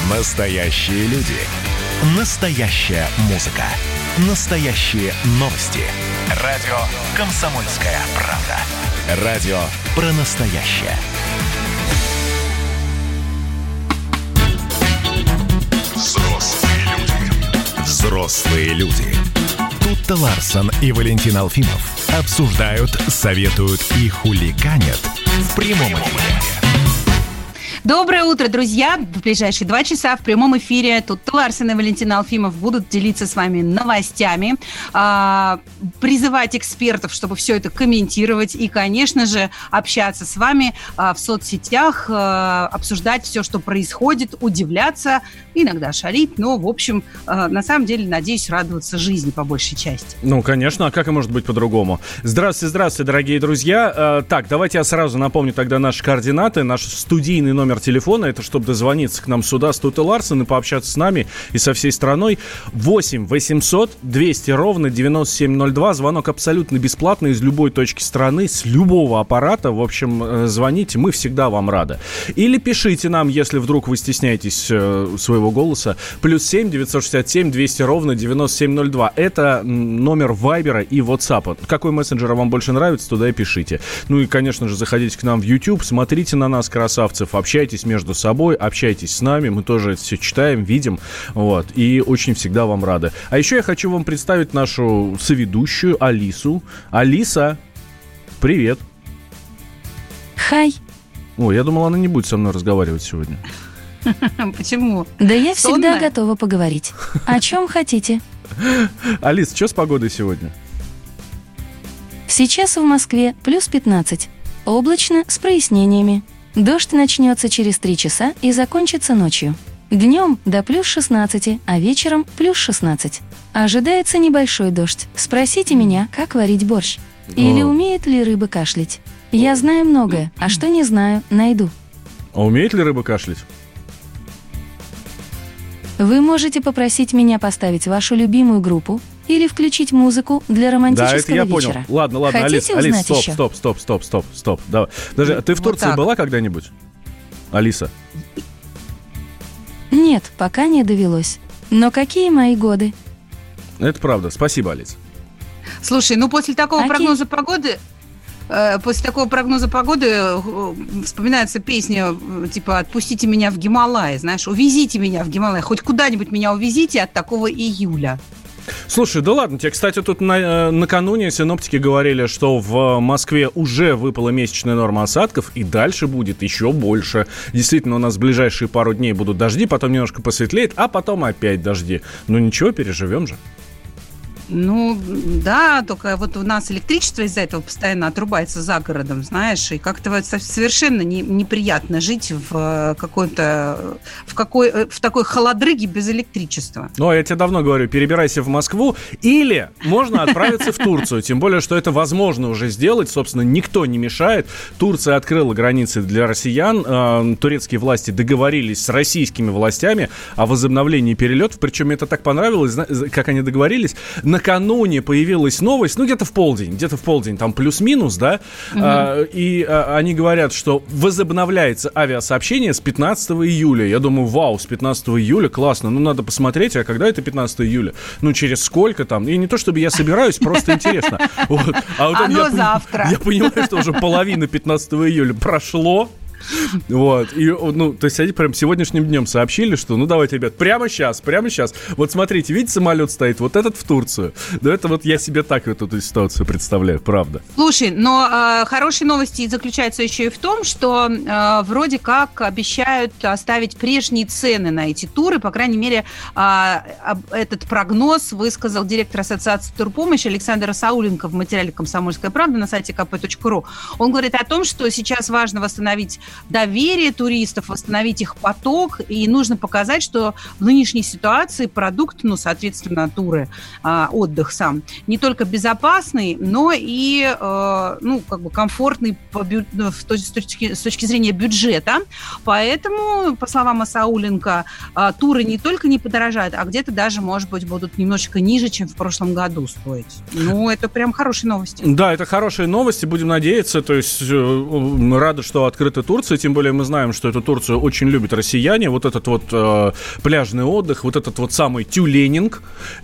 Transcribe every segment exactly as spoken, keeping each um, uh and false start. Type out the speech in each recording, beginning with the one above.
Настоящие люди. Настоящая музыка. Настоящие новости. Радио «Комсомольская правда». Радио про настоящее. Взрослые люди. Взрослые люди. Тутта Ларсон и Валентин Алфимов обсуждают, советуют и хулиганят в прямом эфире. Доброе утро, друзья! В ближайшие два часа в прямом эфире Тутта Ларсон и Валентин Алфимов будут делиться с вами новостями, а, призывать экспертов, чтобы все это комментировать и, конечно же, общаться с вами а, в соцсетях, а, обсуждать все, что происходит, удивляться, иногда шалить, но, в общем, а, на самом деле, надеюсь, радоваться жизни по большей части. Ну, конечно, а как и может быть по-другому? Здравствуйте, здравствуйте, дорогие друзья. А, так, давайте я сразу напомню тогда наши координаты, наш студийный номер телефона, это чтобы дозвониться к нам сюда с Туттой Ларсон и пообщаться с нами и со всей страной. восемь восемьсот двести ровно девяносто семь ноль два. Звонок абсолютно бесплатный из любой точки страны, с любого аппарата. В общем, звоните, мы всегда вам рады. Или пишите нам, если вдруг вы стесняетесь э, своего голоса. Плюс семь девятьсот шестьдесят семь двести ровно девяносто семь ноль два. Это номер Вайбера и WhatsApp. Какой мессенджер вам больше нравится, туда и пишите. Ну и, конечно же, заходите к нам в YouTube, смотрите на нас, красавцев, общайтесь между собой, общайтесь с нами, мы тоже это все читаем, видим, вот, и очень всегда вам рады. А еще я хочу вам представить нашу соведущую Алису. Алиса, привет. Хай. О, я думал, она не будет со мной разговаривать сегодня. Почему? Да я всегда готова поговорить. О чем хотите? Алис, что с погодой сегодня? Сейчас в Москве плюс пятнадцать. Облачно, с прояснениями. Дождь начнется через три часа и закончится ночью. Днем до плюс шестнадцать, а вечером плюс шестнадцать. Ожидается небольшой дождь. Спросите меня, как варить борщ. Или О. умеет ли рыба кашлять. Я знаю многое, а что не знаю, найду. А умеет ли рыба кашлять? Вы можете попросить меня поставить вашу любимую группу или включить музыку для романтического вечера. Да, это я вечера. понял. Ладно, ладно, Хотите Алис, Алис, узнать стоп, еще? стоп, стоп, стоп, стоп, стоп. Давай. Даже, ты в Вот Турции так. была когда-нибудь? Алиса? Нет, пока не довелось. Но какие мои годы? Это правда. Спасибо, Алис. Слушай, ну после такого Окей. прогноза погоды, э, после такого прогноза погоды э, вспоминается песня э, типа «Отпустите меня в Гималай», знаешь, «Увезите меня в Гималай», хоть куда-нибудь меня увезите от такого июля. Слушай, да ладно тебе. Кстати, тут на, э, накануне синоптики говорили, что в Москве уже выпала месячная норма осадков, и дальше будет еще больше. Действительно, у нас в ближайшие пару дней будут дожди, потом немножко посветлеет, а потом опять дожди. Ну ничего, переживем же. Ну, да, только вот у нас электричество из-за этого постоянно отрубается за городом, знаешь, и как-то вот совершенно не, неприятно жить в какой-то, в, какой, в такой холодрыге без электричества. Ну, я тебе давно говорю, перебирайся в Москву, или можно отправиться в Турцию, тем более, что это возможно уже сделать, собственно, никто не мешает. Турция открыла границы для россиян, турецкие власти договорились с российскими властями о возобновлении перелетов, причем мне это так понравилось, как они договорились. Накануне появилась новость, ну, где-то в полдень, где-то в полдень, там плюс-минус, да, угу. а, и а, они говорят, что возобновляется авиасообщение с пятнадцатого июля. Я думаю, вау, с пятнадцатого июля, классно, ну, надо посмотреть, а когда это пятнадцатого июля? Ну, через сколько там? И не то, чтобы я собираюсь, просто интересно. Оно завтра. Я понимаю, что уже половина пятнадцатого июля прошло. Вот, и, ну, то есть они прям сегодняшним днем сообщили, что, ну, давайте, ребят, прямо сейчас, прямо сейчас, вот смотрите, видите, самолет стоит, вот этот в Турцию, да, это вот я себе так вот эту ситуацию представляю, правда. Слушай, но э, хорошие новости заключаются еще и в том, что э, вроде как обещают оставить прежние цены на эти туры, по крайней мере, э, этот прогноз высказал директор Ассоциации турпомощи Александр Сауленко в материале «Комсомольская правда» на сайте ка пэ точка ру. Он говорит о том, что сейчас важно восстановить доверие туристов, восстановить их поток, и нужно показать, что в нынешней ситуации продукт, ну, соответственно, туры, э, отдых сам, не только безопасный, но и, э, ну, как бы комфортный по бю... с, точки, с точки зрения бюджета. Поэтому, по словам Сауленко, э, туры не только не подорожают, а где-то даже, может быть, будут немножечко ниже, чем в прошлом году стоить. Ну, это прям хорошие новости. Да, это хорошие новости, будем надеяться. То есть, э, рады, что открыты туры. Турции, тем более мы знаем, что эту Турцию очень любят россияне, вот этот вот э, пляжный отдых, вот этот вот самый тюленинг,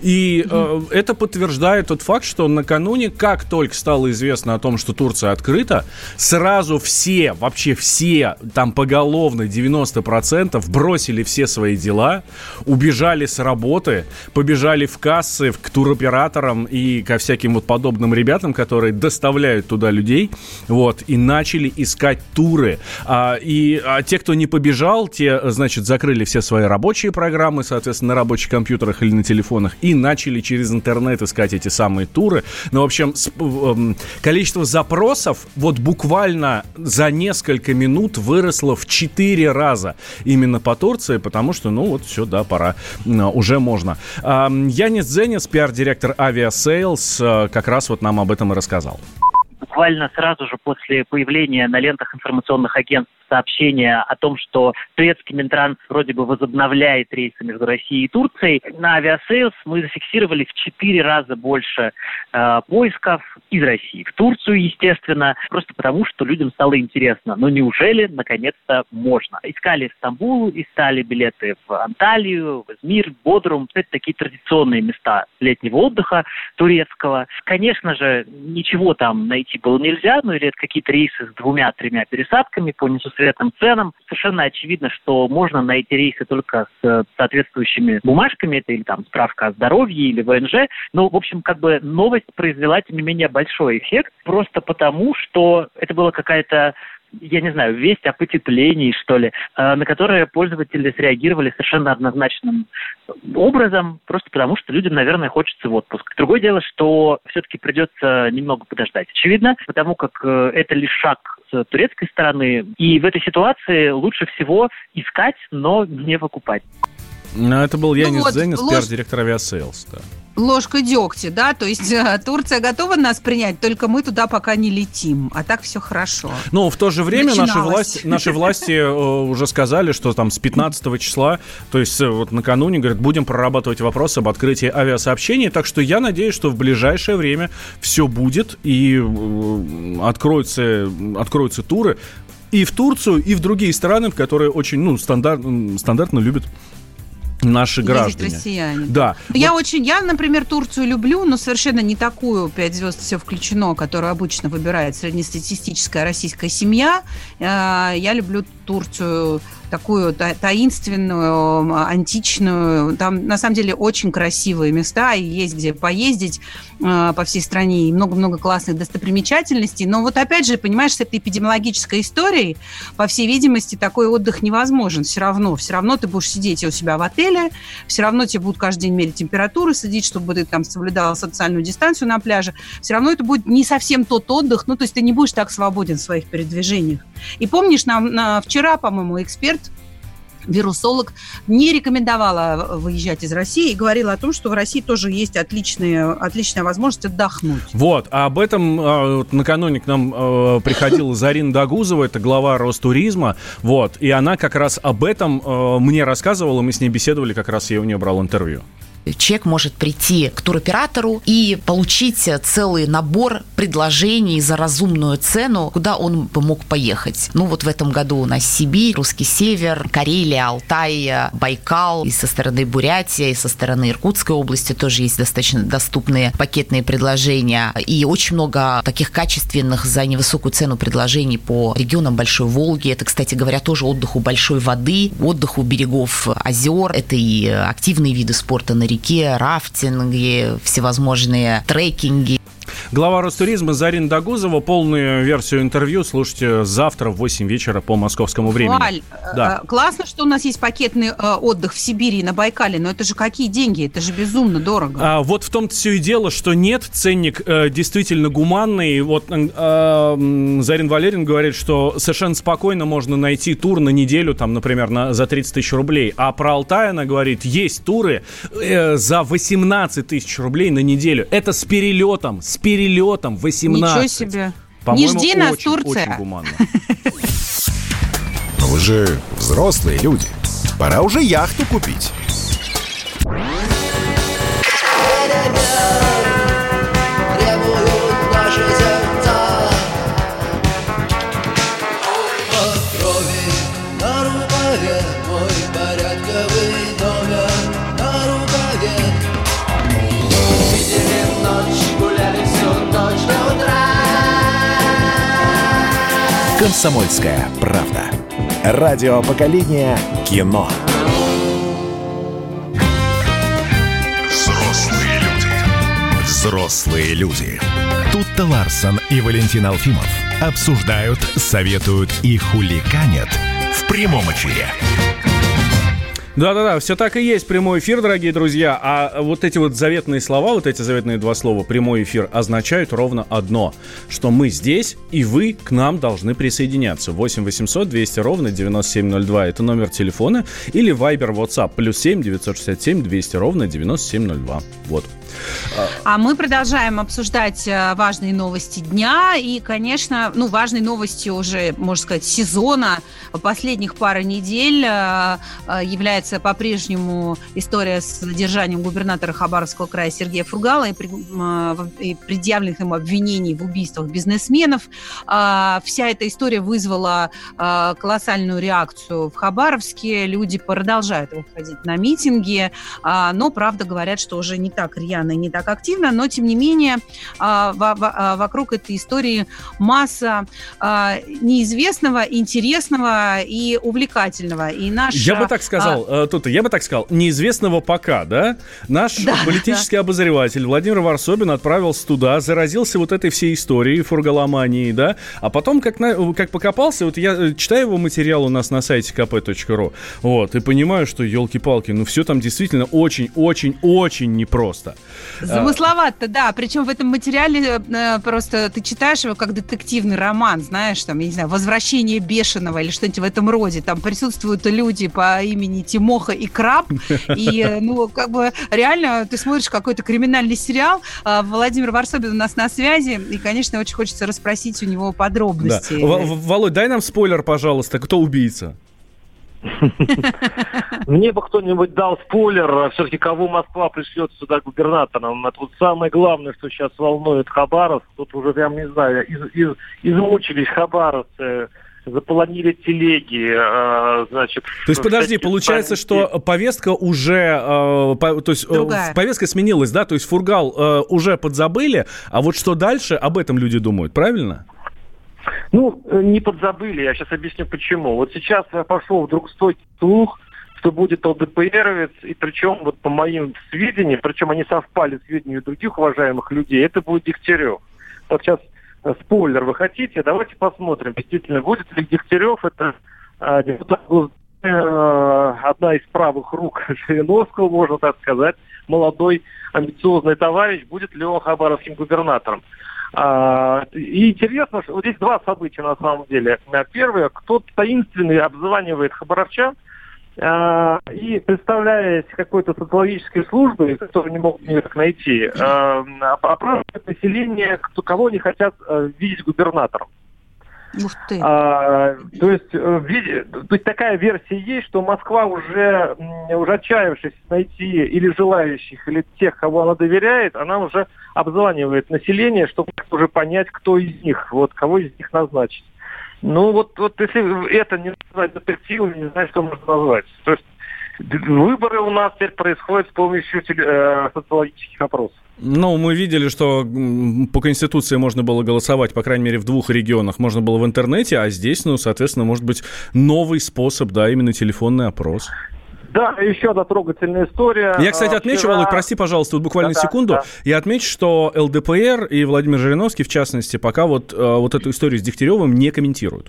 и э, это подтверждает тот факт, что накануне, как только стало известно о том, что Турция открыта, сразу все, вообще все, там поголовно девяносто процентов бросили все свои дела, убежали с работы, побежали в кассы, к туроператорам и ко всяким вот подобным ребятам, которые доставляют туда людей, вот, и начали искать туры. А, и а те, кто не побежал, те, значит, закрыли все свои рабочие программы, соответственно, на рабочих компьютерах или на телефонах, и начали через интернет искать эти самые туры. Ну, в общем, с, э, количество запросов вот буквально за несколько минут выросло в четыре раза именно по Турции, потому что, ну, вот все, да, пора, уже можно. А, Янис Дзенис, пиар-директор Aviasales, как раз вот нам об этом и рассказал. Буквально сразу же после появления на лентах информационных агентств сообщения о том, что турецкий Минтранс вроде бы возобновляет рейсы между Россией и Турцией, на Aviasales мы зафиксировали в четыре раза больше э, поисков из России в Турцию, естественно, просто потому, что людям стало интересно. Но неужели, наконец-то, можно? Искали Стамбул, искали билеты в Анталию, в Измир, в Бодрум. Это такие традиционные места летнего отдыха турецкого. Конечно же, ничего там найти было нельзя, ну или это какие-то рейсы с двумя-тремя пересадками по несусветным ценам. Совершенно очевидно, что можно найти рейсы только с соответствующими бумажками, это или там справка о здоровье, или вэ эн жэ. Но, в общем, как бы новость произвела, тем не менее, большой эффект, просто потому, что это была какая-то, я не знаю, весть о потеплении, что ли, на которые пользователи среагировали совершенно однозначным образом, просто потому что людям, наверное, хочется в отпуск. Другое дело, что все-таки придется немного подождать, очевидно, потому как это лишь шаг с турецкой стороны, и в этой ситуации лучше всего искать, но не покупать. Это был Янис ну вот, Дзенис, ложь... пиар-директор Aviasales, да. Ложка дегтя, да, то есть э, Турция готова нас принять, только мы туда пока не летим, а так все хорошо. Но в то же время наши Начиналось. власти, наши власти э, уже сказали, что там с пятнадцатого числа, то есть э, вот накануне, говорят, будем прорабатывать вопрос об открытии авиасообщений, так что я надеюсь, что в ближайшее время все будет и э, откроются, откроются туры и в Турцию, и в другие страны, в которые очень, ну, стандарт, стандартно любят наши граждане. Россияне. Да. Я вот. очень, я, например, Турцию люблю, но совершенно не такую пять звезд все включено, которую обычно выбирает среднестатистическая российская семья. Я люблю Турцию такую таинственную, античную. Там, на самом деле, очень красивые места, и есть где поездить э, по всей стране, и много-много классных достопримечательностей. Но вот опять же, понимаешь, с этой эпидемиологической историей, по всей видимости, такой отдых невозможен все равно. Все равно ты будешь сидеть у себя в отеле, все равно тебе будут каждый день мерить температуру, следить, чтобы ты там соблюдала социальную дистанцию на пляже. Все равно это будет не совсем тот отдых, ну, то есть ты не будешь так свободен в своих передвижениях. И помнишь, нам на, вчера, по-моему, эксперт, вирусолог, не рекомендовала выезжать из России и говорила о том, что в России тоже есть отличные, отличная возможность отдохнуть. Вот, а об этом э, накануне к нам э, приходила Зарина Дагузова, это глава Ростуризма, вот, и она как раз об этом э, мне рассказывала, мы с ней беседовали, как раз я у нее брал интервью. Человек может прийти к туроператору и получить целый набор предложений за разумную цену, куда он бы мог поехать. Ну вот в этом году у нас Сибирь, Русский Север, Карелия, Алтай, Байкал, и со стороны Бурятии, и со стороны Иркутской области тоже есть достаточно доступные пакетные предложения. И очень много таких качественных за невысокую цену предложений по регионам Большой Волги. Это, кстати говоря, тоже отдых у большой воды, отдых у берегов озер. Это и активные виды спорта на реке, рафтинги, всевозможные трекинги. Глава Ростуризма Зарина Дагузова. Полную версию интервью слушайте завтра в восемь вечера по московскому времени. Валь, да. Классно, что у нас есть пакетный отдых в Сибири и на Байкале, но это же какие деньги? Это же безумно дорого. А, вот в том-то все и дело, что нет, ценник э, действительно гуманный. Вот э, Зарин Валерин говорит, что совершенно спокойно можно найти тур на неделю, там, например, на, за тридцать тысяч рублей. А про Алтай она говорит, есть туры э, за восемнадцать тысяч рублей на неделю. Это с перелетом, с перелетом. Перелетом восемнадцать. Ничего себе. По-моему, не жди нас, очень, Турция. очень гуманно. Но вы же взрослые люди. Пора уже яхту купить. свой порядковый номер на рукаве. Видели ночь, гуляли всю ночь до утра. «Комсомольская правда». Радио поколения кино. Взрослые люди. Взрослые люди. Тутта Ларсон и Валентин Алфимов обсуждают, советуют и хулиганят в прямом эфире. Да-да-да, все так и есть, прямой эфир, дорогие друзья. А вот эти вот заветные слова, вот эти заветные два слова «прямой эфир» означают ровно одно, что мы здесь, и вы к нам должны присоединяться. восемь восемьсот двести ровно девяносто семь ноль два, это номер телефона, или Viber, WhatsApp, плюс семь девятьсот шестьдесят семь двести ровно девяносто семь ноль два. Вот. А мы продолжаем обсуждать важные новости дня. И, конечно, ну, важной новостью уже, можно сказать, сезона последних пары недель является по-прежнему история с задержанием губернатора Хабаровского края Сергея Фургала и предъявленных ему обвинений в убийствах бизнесменов. Вся эта история вызвала колоссальную реакцию в Хабаровске. Люди продолжают выходить на митинги, но, правда, говорят, что уже не так рьяно и не так активно, но, тем не менее, вокруг этой истории масса неизвестного, интересного и увлекательного. И наш, я бы так сказал, а... Тута, я бы так сказал, неизвестного пока, да? Наш да, политический да. обозреватель Владимир Варсобин отправился туда, заразился вот этой всей историей фургаломании, да? А потом, как, на, как покопался, вот я читаю его материал у нас на сайте ка пэ точка ру, вот, и понимаю, что, елки-палки, ну все там действительно очень-очень-очень непросто. Замысловато, да. Причем в этом материале э, просто ты читаешь его как детективный роман, знаешь, там, я не знаю, «Возвращение бешеного» или что-нибудь в этом роде. Там присутствуют люди по имени Тимоха и Краб. И, ну, как бы реально ты смотришь какой-то криминальный сериал. Владимир Варсобин у нас на связи. И, конечно, очень хочется расспросить у него подробности. Да. Володь, дай нам спойлер, пожалуйста. Кто убийца? Мне бы кто-нибудь дал спойлер, все-таки кого Москва пришлет сюда губернатором. Это вот самое главное, что сейчас волнует Хабаровск. Тут уже прям, не знаю, из, из, измучились хабаровцы, заполонили телеги, э, значит... То есть, подожди, получается, что повестка уже... Э, по, то есть, э, повестка сменилась, да? То есть, Фургал э, уже подзабыли, а вот что дальше, об этом люди думают, правильно? Ну, не подзабыли, я сейчас объясню почему. Вот сейчас пошел вдруг стойкий слух, что будет ЛДПРовец, и причем, вот по моим сведениям, причем они совпали с сведениями других уважаемых людей, это будет Дегтярев. Вот сейчас спойлер вы хотите, давайте посмотрим, действительно, будет ли Дегтярев, это э, депутат, э, одна из правых рук Жириновского, можно так сказать, молодой, амбициозный товарищ, будет ли он хабаровским губернатором. А, и интересно, что вот здесь два события на самом деле. Первое, кто-то таинственный обзванивает хабаровчан а, и, представляясь какой-то социологической службой, которую не могут никак найти, а, опрашивает население, кто, кого они хотят а, видеть губернатором. Ух ты. А, то есть, то есть такая версия есть, что Москва уже, уже отчаявшись найти или желающих, или тех, кого она доверяет, она уже обзванивает население, чтобы уже понять, кто из них, вот кого из них назначить. Ну вот, вот если это не назвать детективом, не знаю, что можно назвать. То есть выборы у нас теперь происходят с помощью э, социологических опросов. Ну, мы видели, что по Конституции можно было голосовать, по крайней мере, в двух регионах. Можно было в интернете, а здесь, ну, соответственно, может быть новый способ, да, именно телефонный опрос. Да, еще одна трогательная история. Я, кстати, отмечу, Вчера... Володь, прости, пожалуйста, вот буквально да, секунду. Да. Я отмечу, что ЛДПР и Владимир Жириновский, в частности, пока вот, вот эту историю с Дегтяревым не комментируют.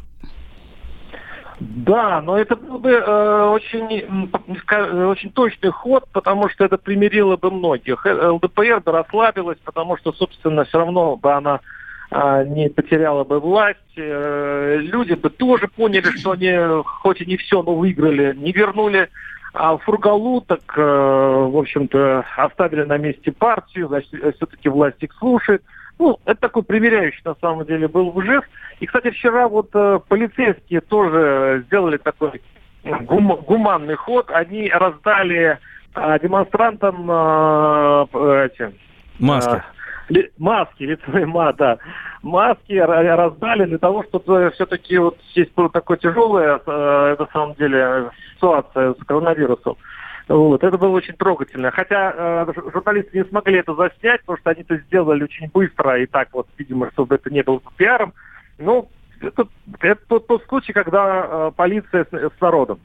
Да, но это был бы э, очень, э, очень точный ход, потому что это примирило бы многих. ЛДПР бы расслабилась, потому что, собственно, все равно бы она э, не потеряла бы власть. Э, люди бы тоже поняли, что они, хоть и не все, но выиграли, не вернули. А Фургалу, так, э, в общем-то, оставили на месте партию, значит, все-таки власть их слушает. Ну, это такой примиряющий, на самом деле, был жест. И, кстати, вчера вот э, полицейские тоже сделали такой гум- гуманный ход. Они раздали э, демонстрантам э, эти... Маски. ли, маски, лицевые ма, да, маски раздали для того, чтобы все-таки вот здесь была такая тяжелая, э, на самом деле, ситуация с коронавирусом. Вот, это было очень трогательно. Хотя э, журналисты не смогли это заснять, потому что они это сделали очень быстро, и так вот, видимо, чтобы это не было пиаром. Но это, это тот, тот случай, когда э, полиция с, с народом.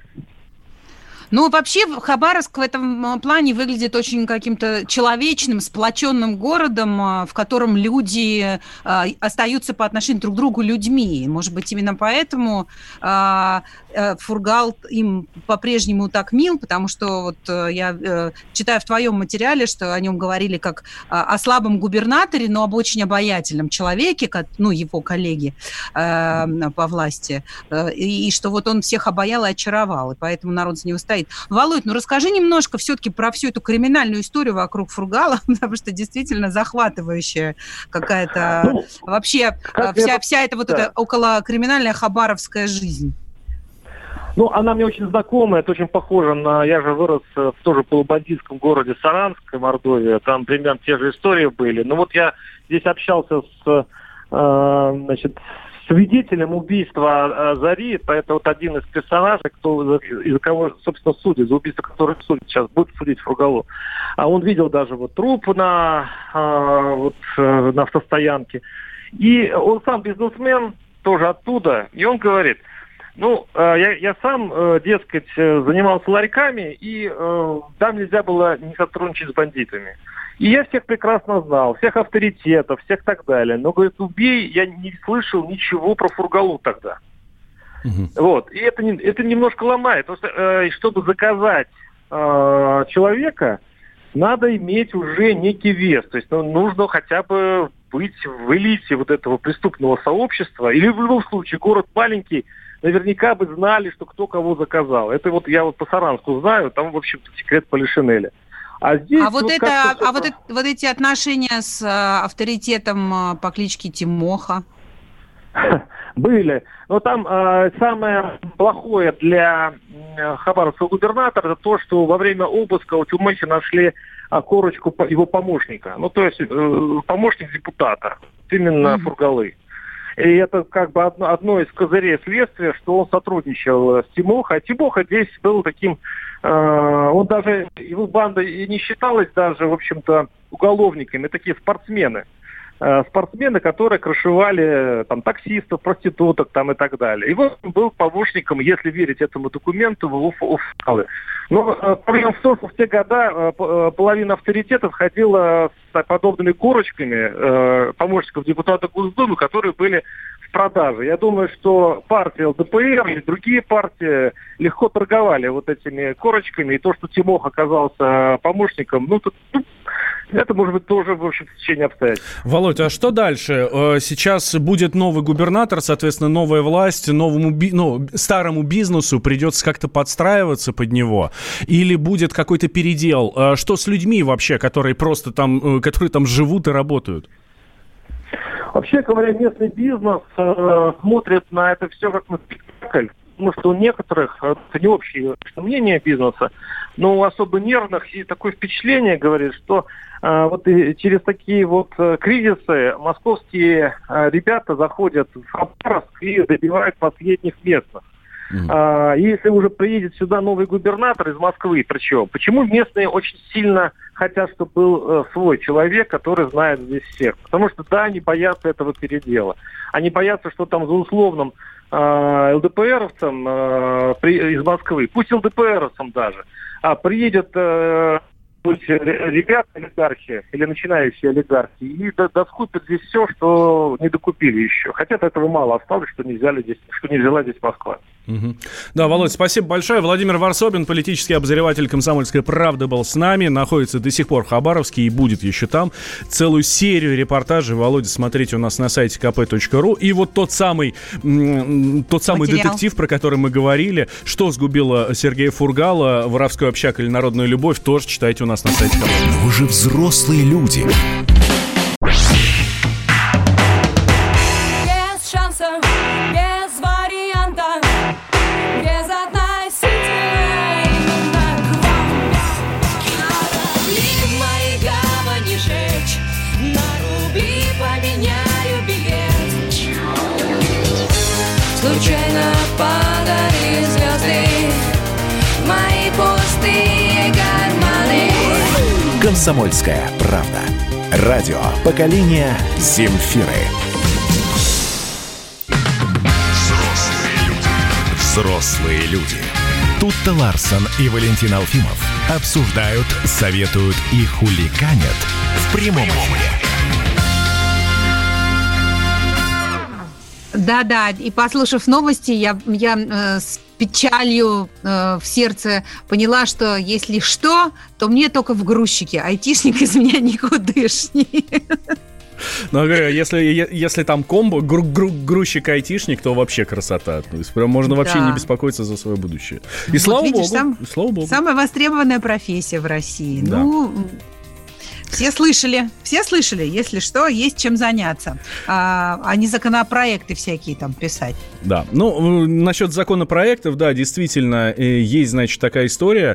Ну, вообще, Хабаровск в этом плане выглядит очень каким-то человечным, сплоченным городом, в котором люди остаются по отношению друг к другу людьми. Может быть, именно поэтому Фургал им по-прежнему так мил, потому что вот я читаю в твоем материале, что о нем говорили как о слабом губернаторе, но об очень обаятельном человеке, ну, его коллеги по власти, и что вот он всех обаял и очаровал, и поэтому народ за него стоит. Володь, ну расскажи немножко все-таки про всю эту криминальную историю вокруг Фургала, потому что действительно захватывающая какая-то ну, вообще вся, это... вся эта вот да. эта околокриминальная хабаровская жизнь. Ну, она мне очень знакомая, это очень похоже на... Я же вырос в тоже полубандитском городе Саранск, Мордовия, там примерно те же истории были. Но вот я здесь общался с, э, значит, свидетелем убийства Зари, это вот один из персонажей, кто, из-за кого, собственно, судит, за убийство которого судит, сейчас будет судить Фургалу. А он видел даже вот труп на, вот, на автостоянке. И он сам бизнесмен, тоже оттуда, и он говорит, ну, я, я сам, дескать, занимался ларьками, и там нельзя было не сотрудничать с бандитами. И я всех прекрасно знал, всех авторитетов, всех так далее. Но, говорит, убей, я не слышал ничего про Фургалу тогда. Угу. Вот. И это, это немножко ломает. Потому что, э, чтобы заказать э, человека, надо иметь уже некий вес. То есть ну, нужно хотя бы быть в элите вот этого преступного сообщества. Или в любом случае, город маленький, наверняка бы знали, что кто кого заказал. Это вот я вот по Саранску знаю, там, в общем-то, секрет Полишинеля. А, здесь, а, вот, вот, это, а вот, это, вот эти отношения с а, авторитетом а, по кличке Тимоха? Были. Но там а, самое плохое для а, хабаровского губернатора это то, что во время обыска у Тимохи нашли а, корочку его помощника. Ну, то есть э, помощник депутата. Именно mm-hmm. Фургалы. И это как бы одно, одно из козырей следствия, что он сотрудничал с Тимохой. А Тимоха здесь был таким, э, он даже, его банда и не считалась даже, в общем-то, уголовниками, такие спортсмены. Э, спортсмены, которые крышевали там таксистов, проституток там и так далее. И вот он был помощником, если верить этому документу, у Фургалы. Но э, проблема в том, что в те года э, половина авторитетов ходила с подобными корочками э, помощников депутата Госдумы, которые были в продаже. Я думаю, что партия эл дэ пэ эр и другие партии легко торговали вот этими корочками. И то, что Тимох оказался помощником, ну, тут, ну это может быть тоже, в общем, течение обстоятельств. Володь, а что дальше? Сейчас будет новый губернатор, соответственно, новая власть, новому, ну, старому бизнесу придется как-то подстраиваться под него? Или будет какой-то передел? Что с людьми вообще, которые просто там, которые там живут и работают? Вообще говоря, местный бизнес э, смотрит на это все как на спектакль. Потому что у некоторых, это не общее мнение бизнеса, но у особо нервных и такое впечатление, говорит, что э, вот и через такие вот э, кризисы московские э, ребята заходят в Хабаровск и добивают последних местных. Mm-hmm. А, если уже приедет сюда новый губернатор из Москвы, причем, почему местные очень сильно хотят, чтобы был э, свой человек, который знает здесь всех? Потому что, да, они боятся этого передела. Они боятся, что там за условным э, эл дэ пэ эровцам э, при, из Москвы, пусть эл дэ пэ эровцам даже, а приедет э, ребята, олигархи или начинающие олигархи, и доскупят здесь все, что не докупили еще. Хотя этого мало осталось, что не взяли здесь, что не взяла здесь Москва. Угу. Да, Володь, спасибо большое. Владимир Варсобин, политический обозреватель «Комсомольской правды», был с нами, находится до сих пор в Хабаровске и будет еще там. Целую серию репортажей, Володя, смотрите у нас на сайте ка пэ точка ру. И вот тот самый, м- тот самый детектив, про который мы говорили, что сгубило Сергея Фургала, «Воровской общак» или «Народная любовь», тоже читайте у нас на сайте ка пэ. Но вы же взрослые люди. Без шанса, без варианта, без относительной, именно к вам. Корабли мои гавани жечь, на пустые карманы. «Комсомольская правда». Радио поколения Земфиры. Взрослые люди. Взрослые люди. Тутта Ларсон и Валентин Алфимов обсуждают, советуют и хулиганят в прямом эфире. Да-да, и послушав новости, я, я э, с печалью э, в сердце поняла, что если что, то мне только в грузчике. Айтишник из меня никудышний. Ну, говорю, если, если там комбо, гру- гру- грузчик-айтишник, то вообще красота. То есть прям можно вообще Да. не беспокоиться за свое будущее. И Вот слава, видишь, богу, сам- и слава богу. Самая востребованная профессия в России. Да. Ну, все слышали, все слышали. Если что, есть чем заняться. А, а не законопроекты всякие там писать. Да, ну, насчет законопроектов, да, действительно, э, есть, значит, такая история.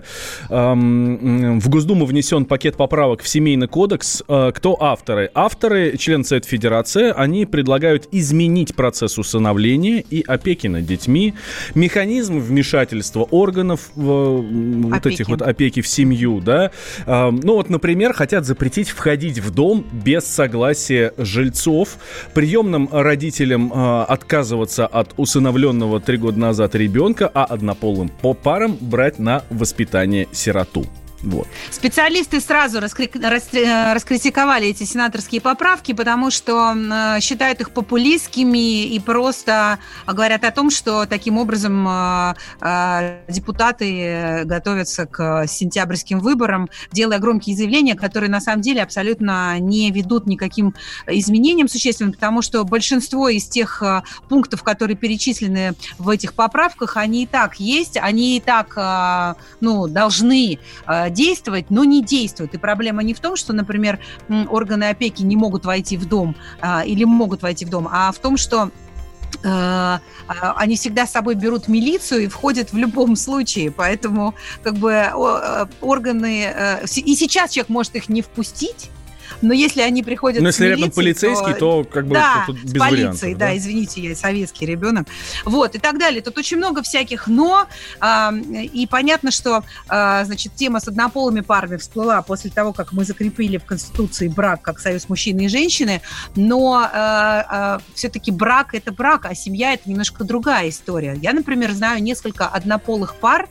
Эм, В Госдуму внесен пакет поправок в Семейный кодекс. Э, Кто авторы? Авторы, члены Совета Федерации, они предлагают изменить процесс усыновления и опеки над детьми, механизм вмешательства органов в, м, вот Опеки. этих вот опеки в семью, да. Эм, Ну, вот, например, хотят запретить входить в дом без согласия жильцов, приемным родителям э, отказываться от усыновленного три года назад ребенка, а однополым по парам брать на воспитание сироту. Вот. Специалисты сразу раскри- рас- э, раскритиковали эти сенаторские поправки, потому что э, считают их популистскими и просто говорят о том, что таким образом э, э, депутаты готовятся к сентябрьским выборам, делая громкие заявления, которые на самом деле абсолютно не ведут никаким изменениям существенным, потому что большинство из тех э, пунктов, которые перечислены в этих поправках, они и так есть, они и так э, ну, должны э, действовать, но не действуют. И проблема не в том, что, например, м, органы опеки не могут войти в дом а, или могут войти в дом, а в том, что э, а, они всегда с собой берут милицию и входят в любом случае. Поэтому как бы о, э, органы... э, с- и сейчас человек может их не впустить, но если они приходят Но с если рядом милицией, полицейский, то как бы да, тут без с полицией, вариантов, да, да? извините, я советский ребенок, вот, и так далее. Тут очень много всяких «но», а, и понятно, что, а, значит, тема с однополыми парами всплыла после того, как мы закрепили в Конституции брак как союз мужчины и женщины, но а, а, все-таки брак – это брак, а семья – это немножко другая история. Я, например, знаю несколько однополых пар,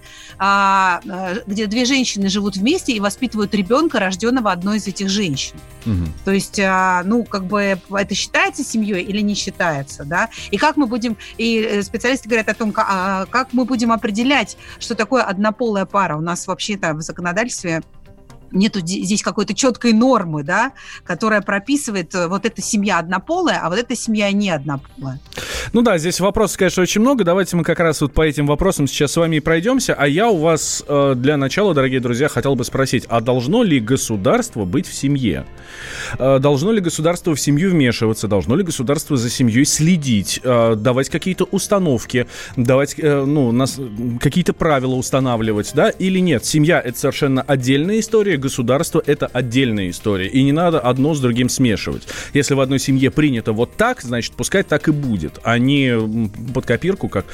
а, а, где две женщины живут вместе и воспитывают ребенка, рожденного одной из этих женщин. Мгм. То есть, а, ну, как бы это считается семьей или не считается, да? И как мы будем, и э, специалисты говорят о том, ка- а, как мы будем определять, что такое однополая пара. У нас вообще-то в законодательстве нету ди- здесь какой-то четкой нормы, да, которая прописывает, э, вот эта семья однополая, а вот эта семья не однополая. Ну да, здесь вопросов, конечно, очень много. Давайте мы как раз вот по этим вопросам сейчас с вами и пройдемся. А я у вас э, для начала, дорогие друзья, хотел бы спросить, а должно ли государство быть в семье? Э, должно ли государство в семью вмешиваться? Должно ли государство за семьей следить? Э, давать какие-то установки? Давать, э, ну, нас, какие-то правила устанавливать, да? Или нет? Семья — это совершенно отдельная история, государство — это отдельная история. И не надо одно с другим смешивать. Если в одной семье принято вот так, значит, пускай так и будет, а не м, под копирку, как,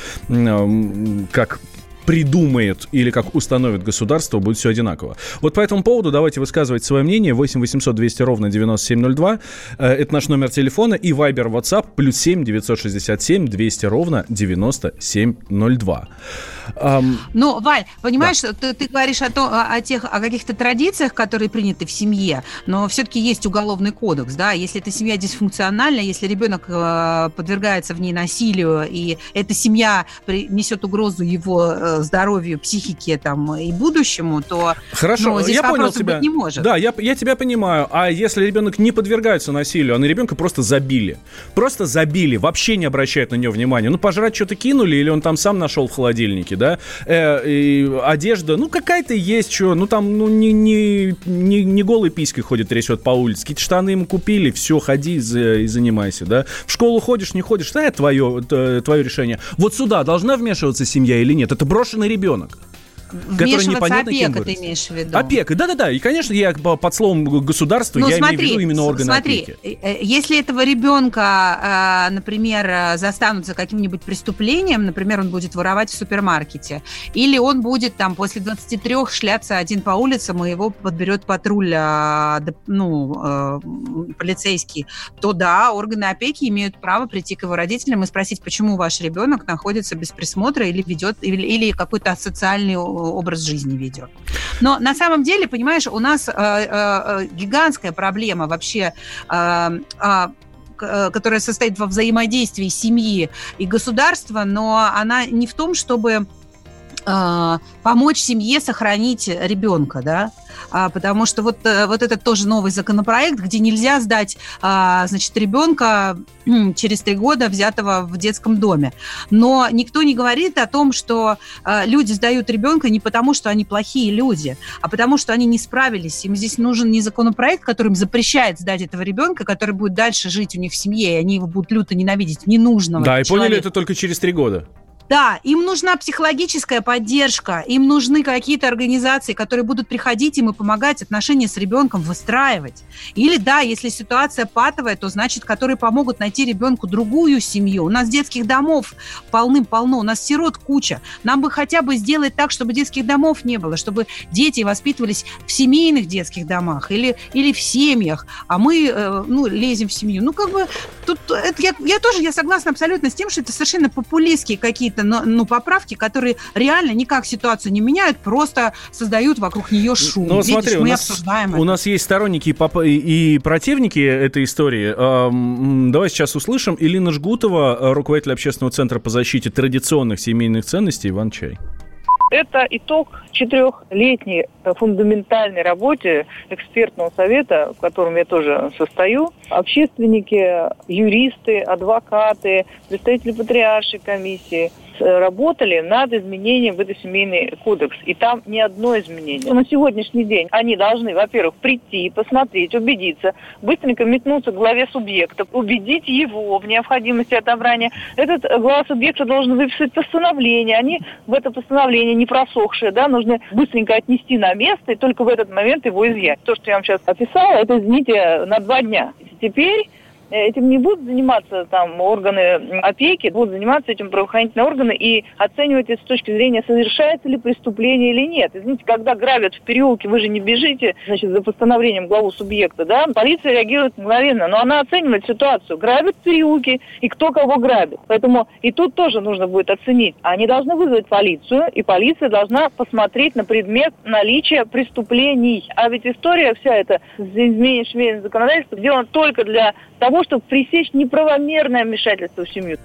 м, как придумает или как установит государство, будет все одинаково. Вот по этому поводу давайте высказывать свое мнение. восемь восемьсот двести ровно девяносто семь ноль два. Э, Это наш номер телефона. И Viber, WhatsApp плюс семь девятьсот шестьдесят семь двести ровно девяносто семь ноль два. Ам, Но, Валь, понимаешь, ты, ты говоришь о, том, о, о тех, о каких-то традициях, которые приняты в семье, но все-таки есть уголовный кодекс, да, если эта семья дисфункциональна, если ребенок э, подвергается в ней насилию, и эта семья при, несет угрозу его э, здоровью, психике там, и будущему, то Хорошо, ну, здесь я понял вопросов тебя. быть не может. Да, я, я тебя понимаю. А если ребенок не подвергается насилию, а на ребенка просто забили? Просто забили, вообще не обращают на него внимания. Ну, пожрать что-то кинули, или он там сам нашел в холодильнике, да? Э, и одежда, ну, какая-то есть, что, ну, там, ну, не, не, не, не голой писькой ходит, трясет по улице. Какие-то штаны ему купили, все, ходи за- и занимайся, да? В школу ходишь, не ходишь, да, это твое, это твое решение. Вот сюда должна вмешиваться семья или нет? Это брошенный ребенок. Вмешиваться опека, ты имеешь в виду? Опека, да-да-да. И, конечно, я под словом государство, ну, я смотри, имею в виду именно органы смотри, опеки. Если этого ребенка, например, застанут за каким-нибудь преступлением, например, он будет воровать в супермаркете, или он будет там после двадцати трёх шляться один по улицам, и его подберет патруль, ну, полицейский, то да, органы опеки имеют право прийти к его родителям и спросить, почему ваш ребенок находится без присмотра или ведет, или, или какой-то социальный образ жизни ведет. Но на самом деле, понимаешь, у нас э, э, гигантская проблема вообще, э, э, которая состоит во взаимодействии семьи и государства, но она не в том, чтобы э, помочь семье сохранить ребенка, да, а, потому что вот, вот это тоже новый законопроект, где нельзя сдать, а, значит, ребенка через три года, взятого в детском доме. Но никто не говорит о том, что а, люди сдают ребенка не потому, что они плохие люди, а потому, что они не справились. Им здесь нужен не законопроект, который им запрещает сдать этого ребенка, который будет дальше жить у них в семье, и они его будут люто ненавидеть, ненужного Да, и человека. поняли это только через три года. Да, им нужна психологическая поддержка, им нужны какие-то организации, которые будут приходить им и помогать отношения с ребенком выстраивать. Или, да, если ситуация патовая, то, значит, которые помогут найти ребенку другую семью. У нас детских домов полным-полно, у нас сирот куча. Нам бы хотя бы сделать так, чтобы детских домов не было, чтобы дети воспитывались в семейных детских домах или, или в семьях, а мы, э, ну, лезем в семью. Ну, как бы, тут это, я, я тоже, я согласна абсолютно с тем, что это совершенно популистские какие-то ну, поправки, которые реально никак ситуацию не меняют, просто создают вокруг нее шум. Ну, Видишь, смотри, мы у нас, обсуждаем у это. нас есть сторонники и, и противники этой истории. Давай сейчас услышим. Илина Жгутова, руководитель общественного центра по защите традиционных семейных ценностей «Иван-чай». Это итог четырехлетней фундаментальной работе экспертного совета, в котором я тоже состою. Общественники, юристы, адвокаты, представители патриаршей комиссии работали над изменением в этот семейный кодекс. И там ни одно изменение. На сегодняшний день они должны, во-первых, прийти, посмотреть, убедиться, быстренько метнуться к главе субъекта, убедить его в необходимости отобрания. Этот глава субъекта должен выписать постановление. Они в это постановление не просохшие, да, нужно быстренько отнести на место и только в этот момент его изъять. То, что я вам сейчас описала, это, извините, на два дня. Теперь этим не будут заниматься там органы опеки, будут заниматься этим правоохранительные органы и оценивать это с точки зрения, совершается ли преступление или нет. Извините, когда грабят в переулке, вы же не бежите, значит, за постановлением главу субъекта, да? Полиция реагирует мгновенно, но она оценивает ситуацию. Грабят в переулке и кто кого грабит. Поэтому и тут тоже нужно будет оценить. Они должны вызвать полицию, и полиция должна посмотреть на предмет наличия преступлений. А ведь история вся эта с изменением семейного законодательства сделана только для того, чтобы пресечь неправомерное вмешательство в семью.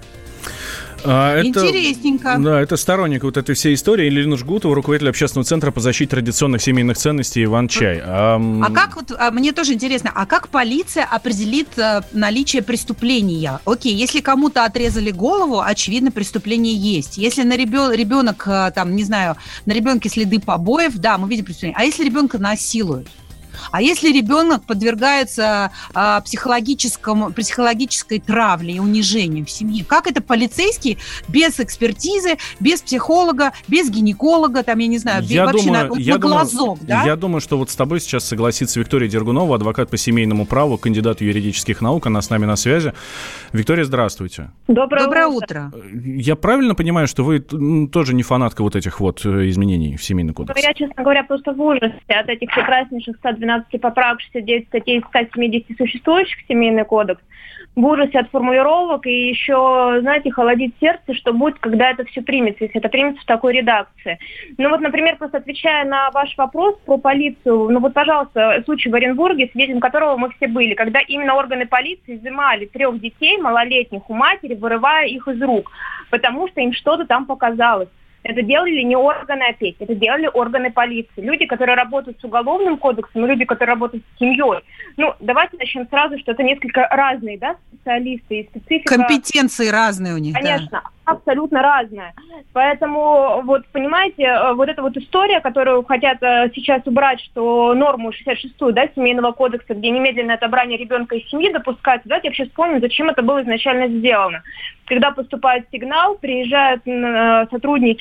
А, это, Интересненько. Да, это сторонник вот этой всей истории. Илина Жгутова, руководитель общественного центра по защите традиционных семейных ценностей «Иван-чай». А, а как вот, а мне тоже интересно, а как полиция определит а, наличие преступления? Окей, если кому-то отрезали голову, очевидно, преступление есть. Если на ребен, ребенок, там, не знаю, на ребенке следы побоев, да, мы видим преступление. А если ребенка насилуют? А если ребенок подвергается а, психологическому, психологической травле и унижению в семье, как это полицейский без экспертизы, без психолога, без гинеколога, там, я не знаю, я вообще думаю, на, я на думаю, глазок, да? Я думаю, что вот с тобой сейчас согласится Виктория Дергунова, адвокат по семейному праву, кандидат юридических наук, она с нами на связи. Виктория, здравствуйте. Доброе, Доброе утро. утро. Я правильно понимаю, что вы тоже не фанатка вот этих вот изменений в семейный кодекс? Я, честно говоря, просто в ужасе от этих прекраснейших ста двенадцати поправок, шестьдесят девять статей из ста семидесяти существующих в Семейный кодекс, в ужасе от формулировок и еще, знаете, холодит сердце, что будет, когда это все примется, если это примется в такой редакции. Ну вот, например, просто отвечая на ваш вопрос про полицию, ну вот, пожалуйста, случай в Оренбурге, свидетелем которого мы все были, когда именно органы полиции изымали трех детей малолетних у матери, вырывая их из рук, потому что им что-то там показалось. Это делали не органы опеки, это делали органы полиции. Люди, которые работают с уголовным кодексом, и люди, которые работают с семьей. Ну, давайте начнем сразу, что это несколько разные, да, специалисты и специфика. Компетенции разные у них, конечно, да. Абсолютно разная. Поэтому, вот, понимаете, вот эта вот история, которую хотят сейчас убрать, что норму шестьдесят шестую, да, Семейного кодекса, где немедленное отобрание ребенка из семьи допускается, давайте я вообще вспомним, зачем это было изначально сделано. Когда поступает сигнал, приезжают э, сотрудники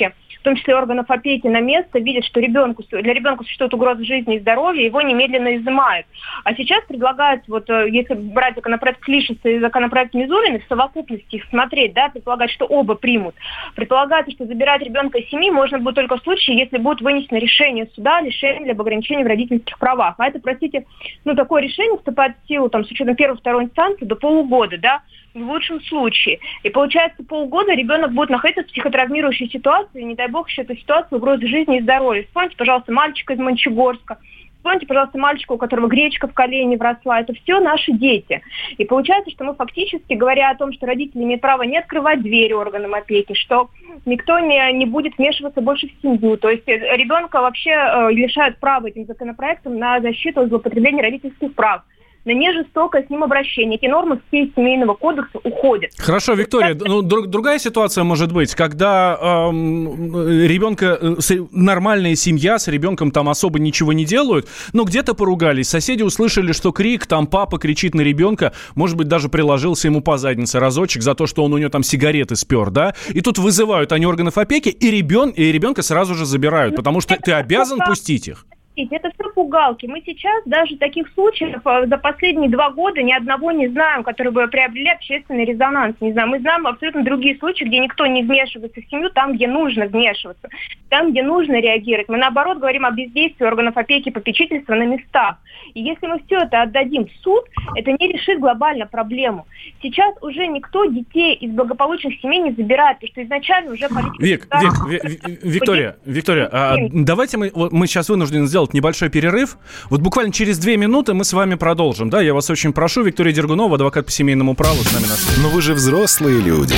в том числе органов опеки, на место, видят, что ребенку, для ребенка существует угроза жизни и здоровья, его немедленно изымают. А сейчас предлагается, вот если брать законопроект Клишеса и законопроект Мизулина, в совокупности их смотреть, да, предполагать, что оба примут. Предполагается, что забирать ребенка из семьи можно будет только в случае, если будет вынесено решение суда, лишение либо ограничение в родительских правах. А это, простите, ну, такое решение вступает в силу там, с учетом первой, второй инстанции до полугода, да, в лучшем случае. И получается, полгода ребенок будет находиться в психотравмирующей ситуации, и, не дай бог, еще эту ситуацию угрозы жизни и здоровья. Вспомните, пожалуйста, мальчика из Мончегорска. Вспомните, пожалуйста, мальчика, у которого гречка в колени вросла. Это все наши дети. И получается, что мы фактически, говоря о том, что родители имеют право не открывать двери органам опеки, что никто не, не будет вмешиваться больше в семью. То есть ребенка вообще э, лишают права этим законопроектом на защиту от злоупотребления родительских прав, на нежестокое с ним обращение. Эти нормы все из Семейного кодекса уходят. Хорошо, Виктория, ну, друг, другая ситуация может быть, когда эм, ребенка, э, нормальная семья с ребенком там особо ничего не делают, но где-то поругались, соседи услышали, что крик, там папа кричит на ребенка, может быть, даже приложился ему по заднице разочек за то, что он у него там сигареты спер, да, и тут вызывают они органов опеки, и, ребен, и ребенка сразу же забирают, потому что ты обязан пустить их. Это все пугалки. Мы сейчас даже таких случаев за последние два года ни одного не знаем, которые бы приобрели общественный резонанс. Не знаю, мы знаем абсолютно другие случаи, где никто не вмешивается в семью, там, где нужно вмешиваться, там, где нужно реагировать. Мы, наоборот, говорим о бездействии органов опеки и попечительства на местах. И если мы все это отдадим в суд, это не решит глобально проблему. Сейчас уже никто детей из благополучных семей не забирает, потому что изначально уже политика... Вик, Вик, Вик, Виктория, Виктория, а давайте мы, мы сейчас вынуждены сделать небольшой перерыв. Вот буквально через две минуты мы с вами продолжим. Да, я вас очень прошу. Виктория Дергунова, адвокат по семейному праву, с нами на связи. Но вы же взрослые люди.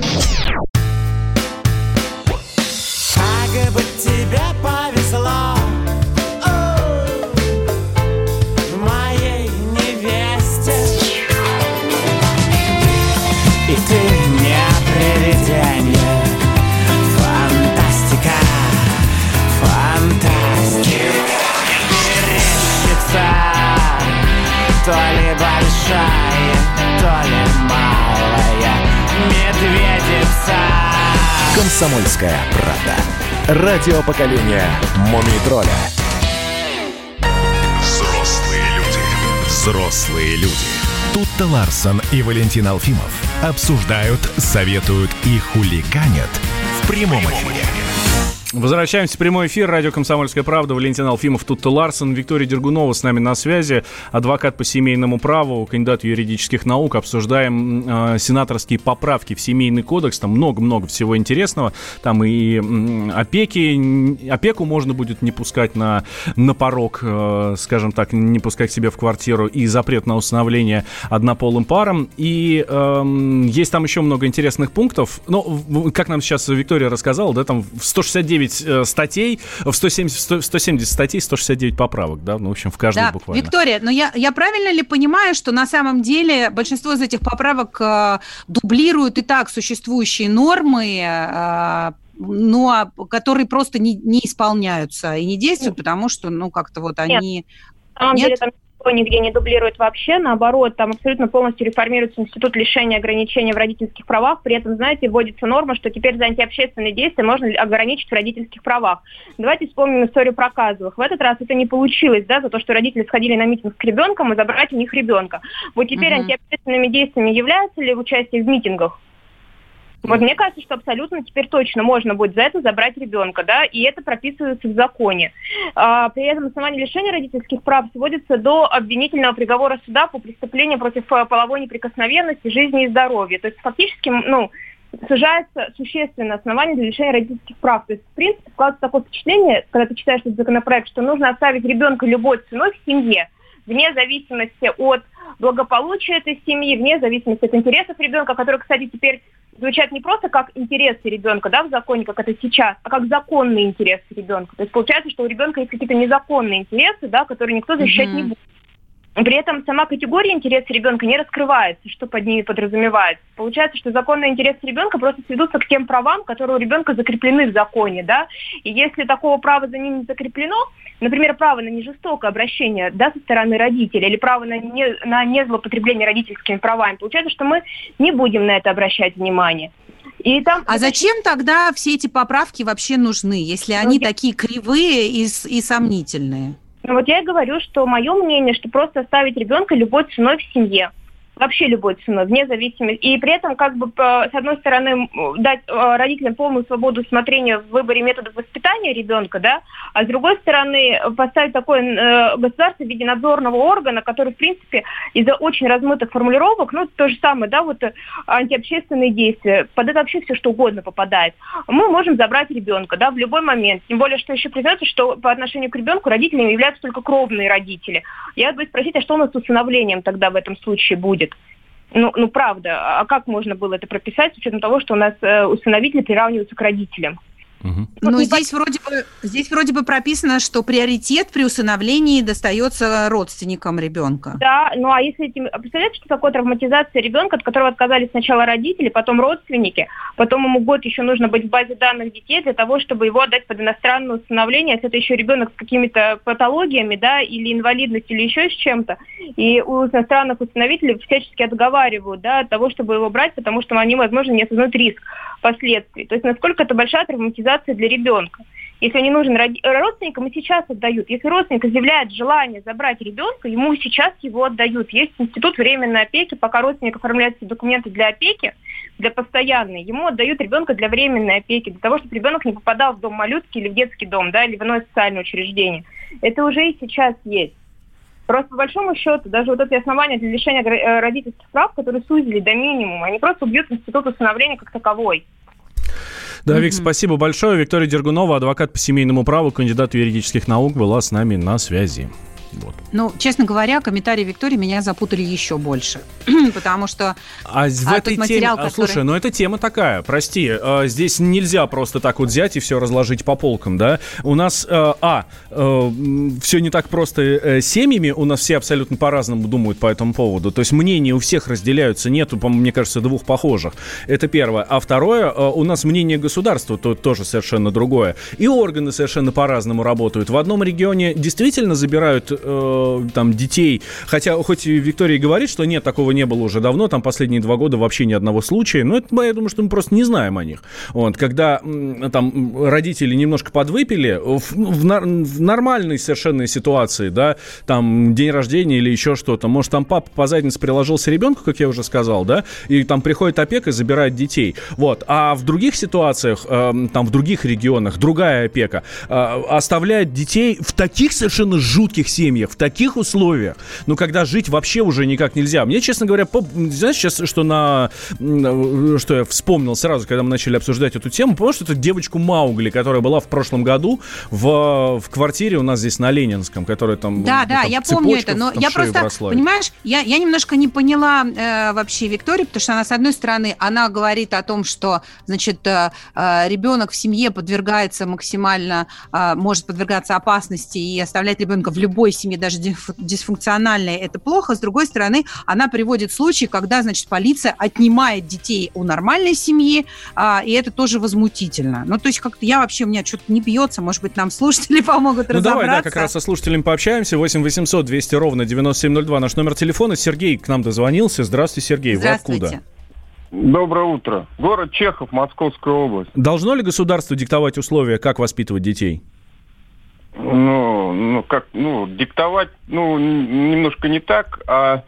Как бы тебе повезло, моей невесте, и ты не привидение, фантастика, фантастика. То ли большая, то ли малая медведица. «Комсомольская правда». Радио поколения «Мумий тролля». Взрослые люди. Взрослые люди. Тутта Ларсон и Валентин Алфимов обсуждают, советуют и хуликанят в прямом эфире. Возвращаемся в прямой эфир. Радио «Комсомольская правда». Валентин Алфимов, Тутта Ларсон, Виктория Дергунова с нами на связи. Адвокат по семейному праву, кандидат юридических наук. Обсуждаем э, сенаторские поправки в Семейный кодекс. Там много-много всего интересного. Там и э, опеки. Опеку можно будет не пускать на, на порог, э, скажем так, не пускать к себе в квартиру. И запрет на усыновление однополым парам. И э, есть там еще много интересных пунктов. Ну, как нам сейчас Виктория рассказала, да, там в сто шестьдесят девять статей, в сто семьдесят, сто семьдесят статей, сто шестьдесят девять поправок, да, ну, в общем, в каждой да, буквально. Виктория, но я, я правильно ли понимаю, что на самом деле большинство из этих поправок э, дублируют и так существующие нормы, э, но которые просто не, не исполняются и не действуют, потому что, ну, как-то вот они... Нет, на самом деле там нигде не дублирует вообще, наоборот, там абсолютно полностью реформируется институт лишения ограничения в родительских правах, при этом, знаете, вводится норма, что теперь за антиобщественные действия можно ограничить в родительских правах. Давайте вспомним историю про Казовых. В этот раз это не получилось, да, за то, что родители сходили на митинг с ребенком и забрать у них ребенка. Вот теперь угу. антиобщественными действиями является ли участие в митингах? Вот мне кажется, что абсолютно теперь точно можно будет за это забрать ребенка, да, и это прописывается в законе. А, при этом основание лишения родительских прав сводится до обвинительного приговора суда по преступлению против половой неприкосновенности, жизни и здоровья. То есть фактически, ну, сужается существенно основание для лишения родительских прав. То есть, в принципе, складывается такое впечатление, когда ты читаешь этот законопроект, что нужно оставить ребенка любой ценой в семье, вне зависимости от благополучия этой семьи, вне зависимости от интересов ребенка, которые, кстати, теперь звучат не просто как интересы ребенка, да, в законе, как это сейчас, а как законные интересы ребенка. То есть получается, что у ребенка есть какие-то незаконные интересы, да, которые никто защищать mm-hmm. не будет. При этом сама категория интересов ребенка не раскрывается, что под ними подразумевается. Получается, что законные интересы ребенка просто сведутся к тем правам, которые у ребенка закреплены в законе, да. И если такого права за ним не закреплено, например, право на нежестокое обращение, да, со стороны родителей, или право на, не, на незлоупотребление родительскими правами, получается, что мы не будем на это обращать внимание. И там... А зачем тогда все эти поправки вообще нужны, если Ну, они я- такие кривые и, с- и сомнительные? Ну вот я и говорю, что мое мнение, что просто оставить ребенка любой ценой в семье. Вообще любой ценой, вне зависимости. И при этом, как бы, по- с одной стороны, м, дать э, родителям полную свободу усмотрения в выборе методов воспитания ребенка, да, а с другой стороны, поставить такое э, государство в виде надзорного органа, который, в принципе, из-за очень размытых формулировок, ну, то же самое, да, вот э, антиобщественные действия, под это вообще все что угодно попадает. Мы можем забрать ребенка, да, в любой момент. Тем более, что еще признается, что по отношению к ребенку родителями являются только кровные родители. Я буду спросить, а что у нас с усыновлением тогда в этом случае будет? Ну, ну, правда, а как можно было это прописать с учетом того, что у нас э, усыновители приравниваются к родителям? Мгм. Ну, Но и здесь вроде бы здесь вроде бы прописано, что приоритет при усыновлении достается родственникам ребенка. Да, ну а если этим... Представляете, что такое травматизация ребенка, от которого отказались сначала родители, потом родственники, потом ему год еще нужно быть в базе данных детей для того, чтобы его отдать под иностранное усыновление, если это еще ребенок с какими-то патологиями, да, или инвалидностью, или еще с чем-то. И у иностранных усыновителей всячески отговаривают, да, от того, чтобы его брать, потому что они, возможно, не осознают риск последствий. То есть насколько это большая травматизация для ребенка. Если он не нужен роди- родственникам, и сейчас отдают. Если родственник изъявляет желание забрать ребенка, ему сейчас его отдают. Есть институт временной опеки, пока родственник оформляет все документы для опеки, для постоянной, ему отдают ребенка для временной опеки, для того, чтобы ребенок не попадал в дом малютки или в детский дом, да, или в иное социальное учреждение. Это уже и сейчас есть. Просто по большому счету, даже вот эти основания для лишения гра- э, родительских прав, которые сузили до минимума, они просто убьют институт усыновления как таковой. Да, Вик, спасибо большое. Виктория Дергунова, адвокат по семейному праву, кандидат юридических наук, была с нами на связи. Вот. Ну, честно говоря, комментарии Виктории меня запутали еще больше, потому что А в а этой тот материал, теме, а, который... слушай, ну эта тема такая, прости, э, здесь нельзя просто так вот взять и все разложить по полкам, да? У нас, э, а, э, все не так просто э, семьями, у нас все абсолютно по-разному думают по этому поводу, то есть мнения у всех разделяются, нету, по-моему, мне кажется, двух похожих. Это первое. А второе, э, у нас мнение государства то, тоже совершенно другое. И органы совершенно по-разному работают. В одном регионе действительно забирают э, там детей, хотя хоть и Виктория говорит, что нет, такого не было уже давно, там последние два года вообще ни одного случая, но это, я думаю, что мы просто не знаем о них. Вот, когда м, там родители немножко подвыпили, в, в, нар- в нормальной совершенно ситуации, да, там день рождения или еще что-то, может, там папа по заднице приложился ребенку, как я уже сказал, да, и там приходит опека и забирает детей. Вот, а в других ситуациях, э, там в других регионах, другая опека э, оставляет детей в таких совершенно жутких семьях, в таких условиях, ну, когда жить вообще уже никак нельзя. Мне, честно говоря, по... знаешь, сейчас, что на... что я вспомнил сразу, когда мы начали обсуждать эту тему, помнишь эту девочку Маугли, которая была в прошлом году в, в квартире у нас здесь на Ленинском, которая там... Да, да, там, я помню это, но там я шею просто, бросла. понимаешь, я, я немножко не поняла э, вообще Викторию, потому что она, с одной стороны, она говорит о том, что, значит, э, э, ребенок в семье подвергается максимально, э, может подвергаться опасности, и оставлять ребенка в любой семье, даже диф- дисфункциональной, это плохо. С другой стороны, она приводит случаи, когда, значит, полиция отнимает детей у нормальной семьи, э, и это тоже возмутительно. Ну, то есть как-то я вообще, у меня что-то не бьется, может быть, нам слушатели помогут Ну разобраться. давай, да, как раз со слушателями пообщаемся. восемь восемьсот двести ровно девяносто семь ноль два наш номер телефона. Сергей к нам дозвонился. Здравствуйте, Сергей. Здравствуйте. Вы откуда? Доброе утро. Город Чехов, Московская область. Должно ли государство диктовать условия, как воспитывать детей? Ну, ну как, ну, диктовать, ну, н- немножко не так, а,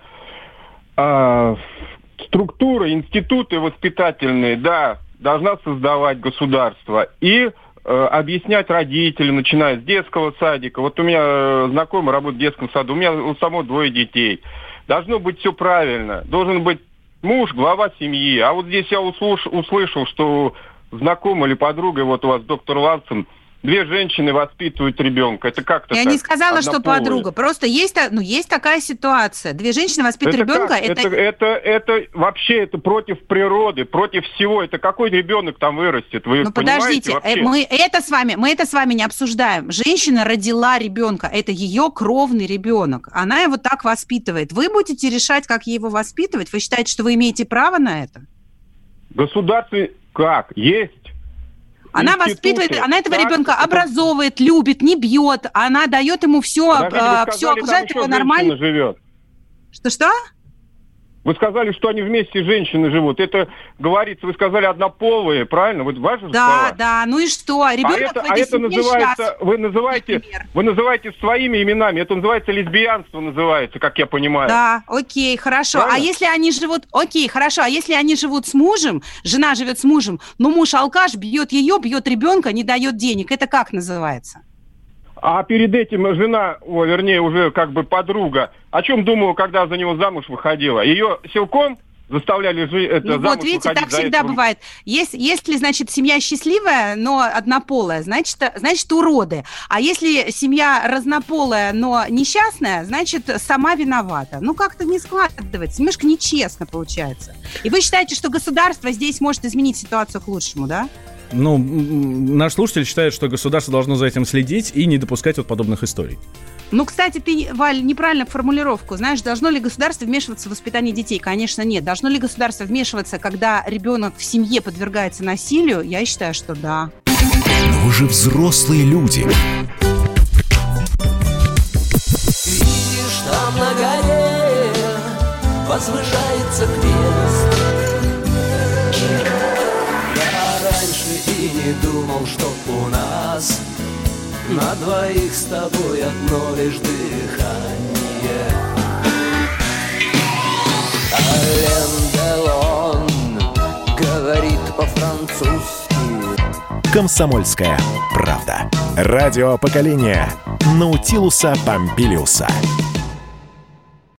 а структуры, институты воспитательные, да, должна создавать государство и э, объяснять родителям, начиная с детского садика. Вот у меня э, знакомый работает в детском саду, у меня у самого двое детей. Должно быть все правильно. Должен быть муж, глава семьи. А вот здесь я услыш, услышал, что знакомый или подруга, вот у вас доктор Ларсон, две женщины воспитывают ребенка. Это как-то Я так, не сказала, что однополые. подруга. Просто есть, та- ну, есть такая ситуация. Две женщины воспитывают Это ребенка. как? Это, это, это вообще это против природы, против всего. Это какой ребенок там вырастет? Вы Ну, понимаете подождите, вообще? э, мы это с вами, мы это с вами не обсуждаем. Женщина родила ребенка, это ее кровный ребенок. Она его так воспитывает. Вы будете решать, как его воспитывать? Вы считаете, что вы имеете право на это? Государство как? Есть. Она институты. воспитывает, она этого Так, ребенка это- образовывает, любит, не бьет. Она дает ему все, Подождите, вы все сказали, там окружает еще его женщина нормально. живет. Что-что? Вы сказали, что они вместе, женщины живут. Это, говорится, вы сказали, однополые, правильно? Вот ваши Да, слова? да, ну и что? Ребенок а это, в этой а это семье называется, счастлив, вы называете, например. вы называете своими именами. Это называется лесбиянство, называется, как я понимаю. Да, окей, хорошо. Правильно? А если они живут... Окей, хорошо. А если они живут с мужем, жена живет с мужем, но муж алкаш, бьет ее, бьет ребенка, не дает денег, это как называется? А перед этим жена, о, вернее, уже как бы подруга, о чем думала, когда за него замуж выходила? Ее силком заставляли жить, это, Ну замуж вот, видите, выходить так за всегда этого? бывает. Если, если, значит, семья счастливая, но однополая, значит, значит, уроды. А если семья разнополая, но несчастная, значит, сама виновата. Ну, как-то не складывается, немножко нечестно получается. И вы считаете, что государство здесь может изменить ситуацию к лучшему, да? Ну, м, наш слушатель считает, что государство должно за этим следить и не допускать вот подобных историй. Ну, кстати, ты, Валь, неправильно формулировку. Знаешь, должно ли государство вмешиваться в воспитание детей? Конечно, нет. Должно ли государство вмешиваться, когда ребенок в семье подвергается насилию? Я считаю, что да. Но вы же взрослые люди. Видишь, там на горе возвышается крест. Я раньше и не думал, что у нас на двоих с тобой одно лишь дыхание. Ален Делон говорит по-французски. «Комсомольская правда». Радио поколения Наутилуса Помпилиуса.